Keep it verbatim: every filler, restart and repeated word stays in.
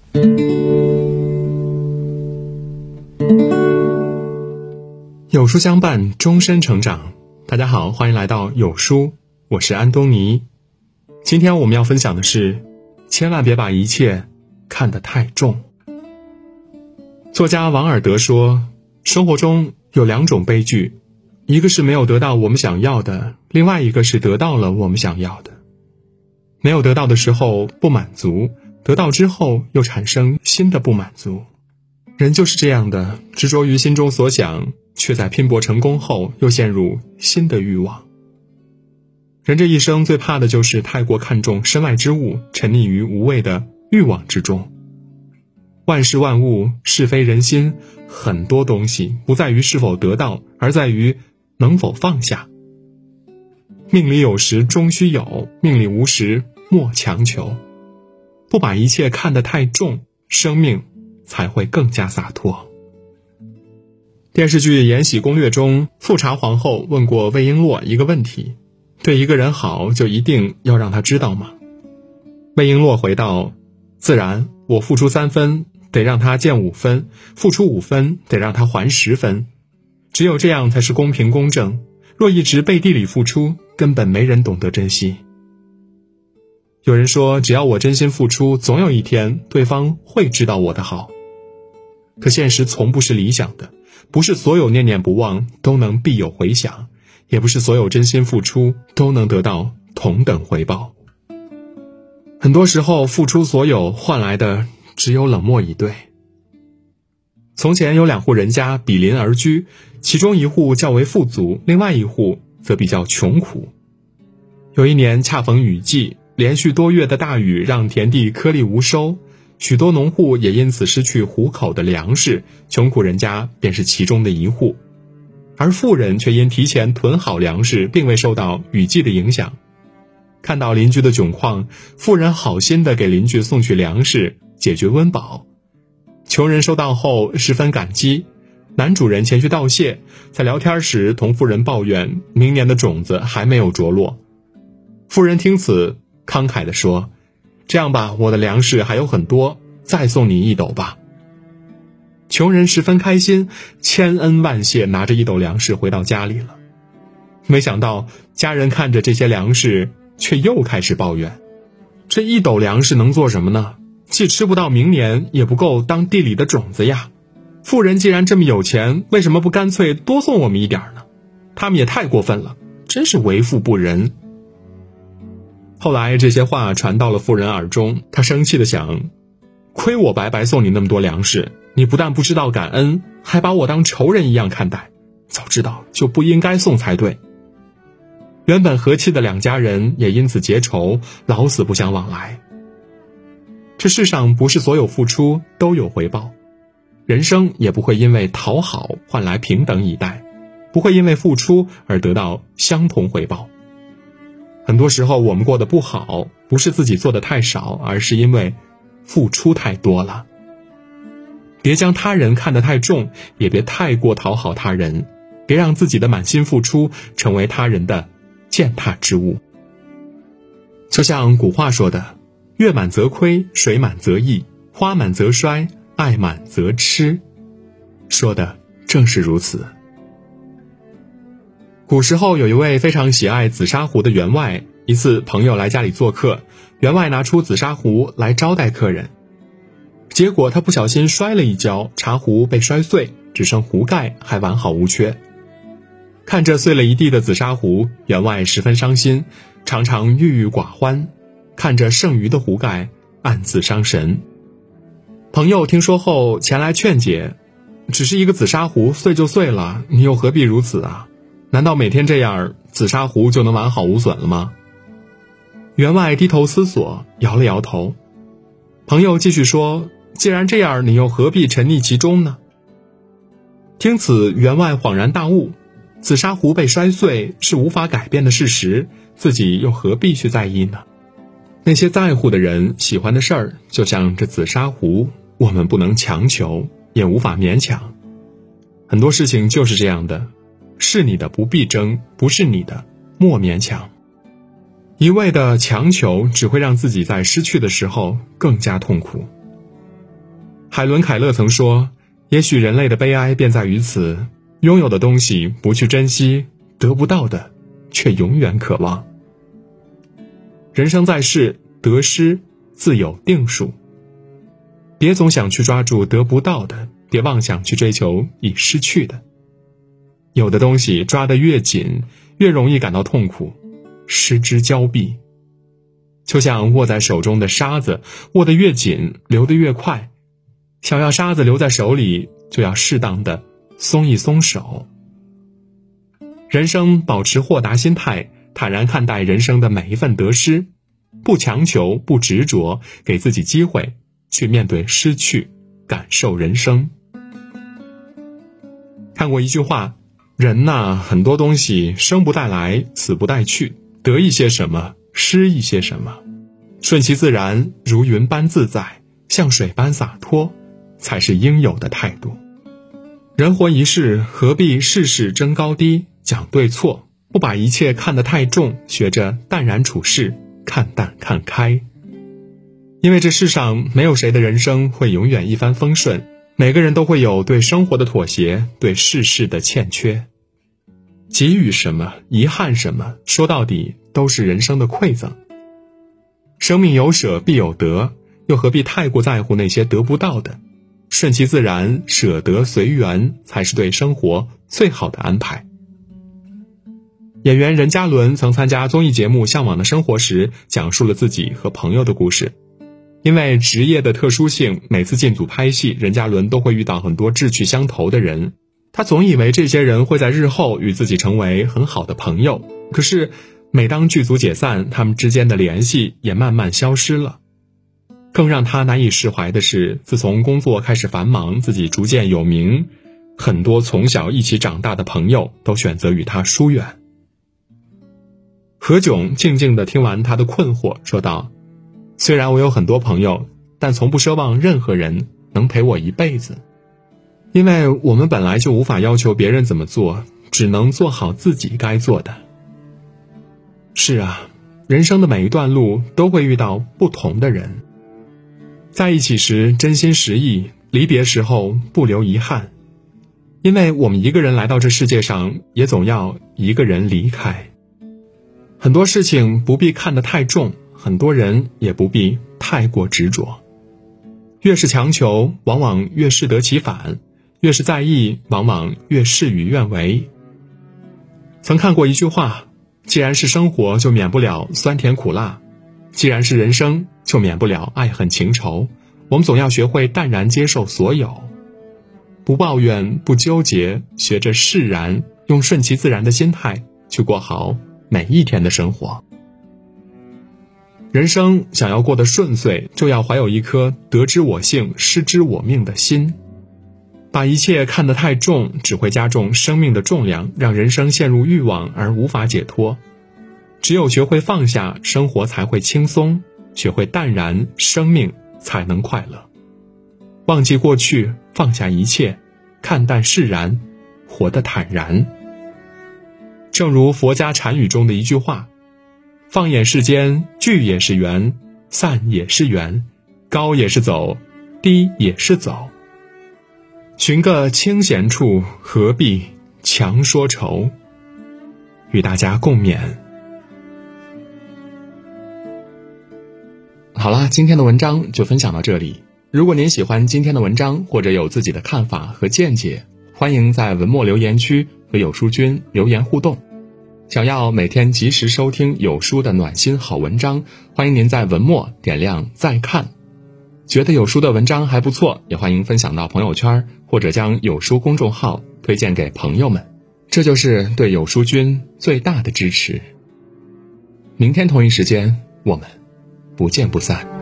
有书相伴，终身成长。大家好，欢迎来到有书，我是安东尼。今天我们要分享的是，千万别把一切看得太重。作家王尔德说，生活中有两种悲剧，一个是没有得到我们想要的，另外一个是得到了我们想要的。没有得到的时候不满足，得到之后又产生新的不满足。人就是这样的，执着于心中所想，却在拼搏成功后又陷入新的欲望。人这一生最怕的就是太过看重身外之物，沉溺于无谓的欲望之中。万事万物，是非人心，很多东西不在于是否得到，而在于能否放下。命里有时终须有，命里无时莫强求。不把一切看得太重，生命才会更加洒脱。电视剧《延禧攻略》中，富察皇后问过魏璎珞一个问题：对一个人好，就一定要让他知道吗？魏璎珞回道：自然，我付出三分，得让他见五分，付出五分，得让他还十分。只有这样才是公平公正，若一直背地里付出，根本没人懂得珍惜。有人说，只要我真心付出，总有一天对方会知道我的好。可现实从不是理想的，不是所有念念不忘都能必有回响，也不是所有真心付出都能得到同等回报。很多时候，付出所有换来的只有冷漠以对。从前有两户人家比邻而居，其中一户较为富足，另外一户则比较穷苦。有一年恰逢雨季，连续多月的大雨让田地颗粒无收，许多农户也因此失去糊口的粮食，穷苦人家便是其中的一户。而富人却因提前囤好粮食，并未受到雨季的影响。看到邻居的窘况，富人好心地给邻居送去粮食，解决温饱。穷人收到后十分感激，男主人前去道谢，在聊天时同富人抱怨明年的种子还没有着落。富人听此慷慨地说：这样吧，我的粮食还有很多，再送你一斗吧。穷人十分开心，千恩万谢，拿着一斗粮食回到家里了。没想到家人看着这些粮食，却又开始抱怨：这一斗粮食能做什么呢？既吃不到明年，也不够当地里的种子呀。富人既然这么有钱，为什么不干脆多送我们一点呢？他们也太过分了，真是为富不仁。后来这些话传到了富人耳中，他生气地想：亏我白白送你那么多粮食，你不但不知道感恩，还把我当仇人一样看待，早知道就不应该送才对。原本和气的两家人也因此结仇，老死不相往来。这世上不是所有付出都有回报，人生也不会因为讨好换来平等以待，不会因为付出而得到相同回报。很多时候我们过得不好，不是自己做的太少，而是因为付出太多了。别将他人看得太重，也别太过讨好他人，别让自己的满心付出成为他人的践踏之物。就像古话说的，月满则亏，水满则溢，花满则衰，爱满则痴，说的正是如此。古时候有一位非常喜爱紫砂壶的员外，一次朋友来家里做客，员外拿出紫砂壶来招待客人，结果他不小心摔了一跤，茶壶被摔碎，只剩壶盖还完好无缺。看着碎了一地的紫砂壶，员外十分伤心，常常郁郁寡欢，看着剩余的壶盖暗自伤神。朋友听说后前来劝解：只是一个紫砂壶，碎就碎了，你又何必如此啊？难道每天这样，紫砂壶就能完好无损了吗？员外低头思索，摇了摇头。朋友继续说：既然这样，你又何必沉溺其中呢？听此，员外恍然大悟，紫砂壶被摔碎是无法改变的事实，自己又何必去在意呢？那些在乎的人喜欢的事儿，就像这紫砂壶，我们不能强求，也无法勉强。很多事情就是这样的，是你的不必争，不是你的莫勉强。一味的强求只会让自己在失去的时候更加痛苦。 海伦·凯勒曾说，也许人类的悲哀便在于此，拥有的东西不去珍惜，得不到的却永远渴望。人生在世，得失自有定数，别总想去抓住得不到的，别妄想去追求已失去的。有的东西抓得越紧，越容易感到痛苦，失之交臂。就像握在手中的沙子，握得越紧，流得越快。想要沙子留在手里，就要适当的松一松手。人生保持豁达心态，坦然看待人生的每一份得失，不强求，不执着，给自己机会去面对失去，感受人生。看过一句话，人呐，很多东西生不带来，死不带去，得一些什么，失一些什么，顺其自然，如云般自在，像水般洒脱，才是应有的态度。人活一世，何必事事争高低，讲对错，不把一切看得太重，学着淡然处事，看淡看开。因为这世上没有谁的人生会永远一帆风顺，每个人都会有对生活的妥协，对世事的欠缺。给予什么，遗憾什么，说到底都是人生的馈赠。生命有舍必有得，又何必太过在乎那些得不到的？顺其自然，舍得随缘，才是对生活最好的安排。演员任嘉伦曾参加综艺节目《向往的生活》时，讲述了自己和朋友的故事。因为职业的特殊性，每次进组拍戏，任嘉伦都会遇到很多志趣相投的人。他总以为这些人会在日后与自己成为很好的朋友，可是每当剧组解散，他们之间的联系也慢慢消失了。更让他难以释怀的是，自从工作开始繁忙，自己逐渐有名，很多从小一起长大的朋友都选择与他疏远。何炅静静地听完他的困惑，说道，虽然我有很多朋友，但从不奢望任何人能陪我一辈子。因为我们本来就无法要求别人怎么做，只能做好自己该做的。是啊，人生的每一段路都会遇到不同的人，在一起时真心实意，离别时候不留遗憾。因为我们一个人来到这世界上，也总要一个人离开。很多事情不必看得太重，很多人也不必太过执着。越是强求，往往越适得其反，越是在意，往往越事与愿违。曾看过一句话，既然是生活，就免不了酸甜苦辣；既然是人生，就免不了爱恨情仇。我们总要学会淡然接受所有，不抱怨，不纠结，学着释然，用顺其自然的心态去过好每一天的生活。人生想要过得顺遂，就要怀有一颗得之我幸，失之我命的心。把一切看得太重，只会加重生命的重量，让人生陷入欲望而无法解脱。只有学会放下，生活才会轻松；学会淡然，生命才能快乐。忘记过去，放下一切，看淡释然，活得坦然。正如佛家禅语中的一句话，放眼世间，聚也是缘，散也是缘，高也是走，低也是走。寻个清闲处，何必强说愁。与大家共勉。好了，今天的文章就分享到这里。如果您喜欢今天的文章，或者有自己的看法和见解，欢迎在文末留言区和有书君留言互动。想要每天及时收听有书的暖心好文章，欢迎您在文末点亮再看。觉得有书的文章还不错，也欢迎分享到朋友圈，或者将有书公众号推荐给朋友们，这就是对有书君最大的支持。明天同一时间，我们不见不散。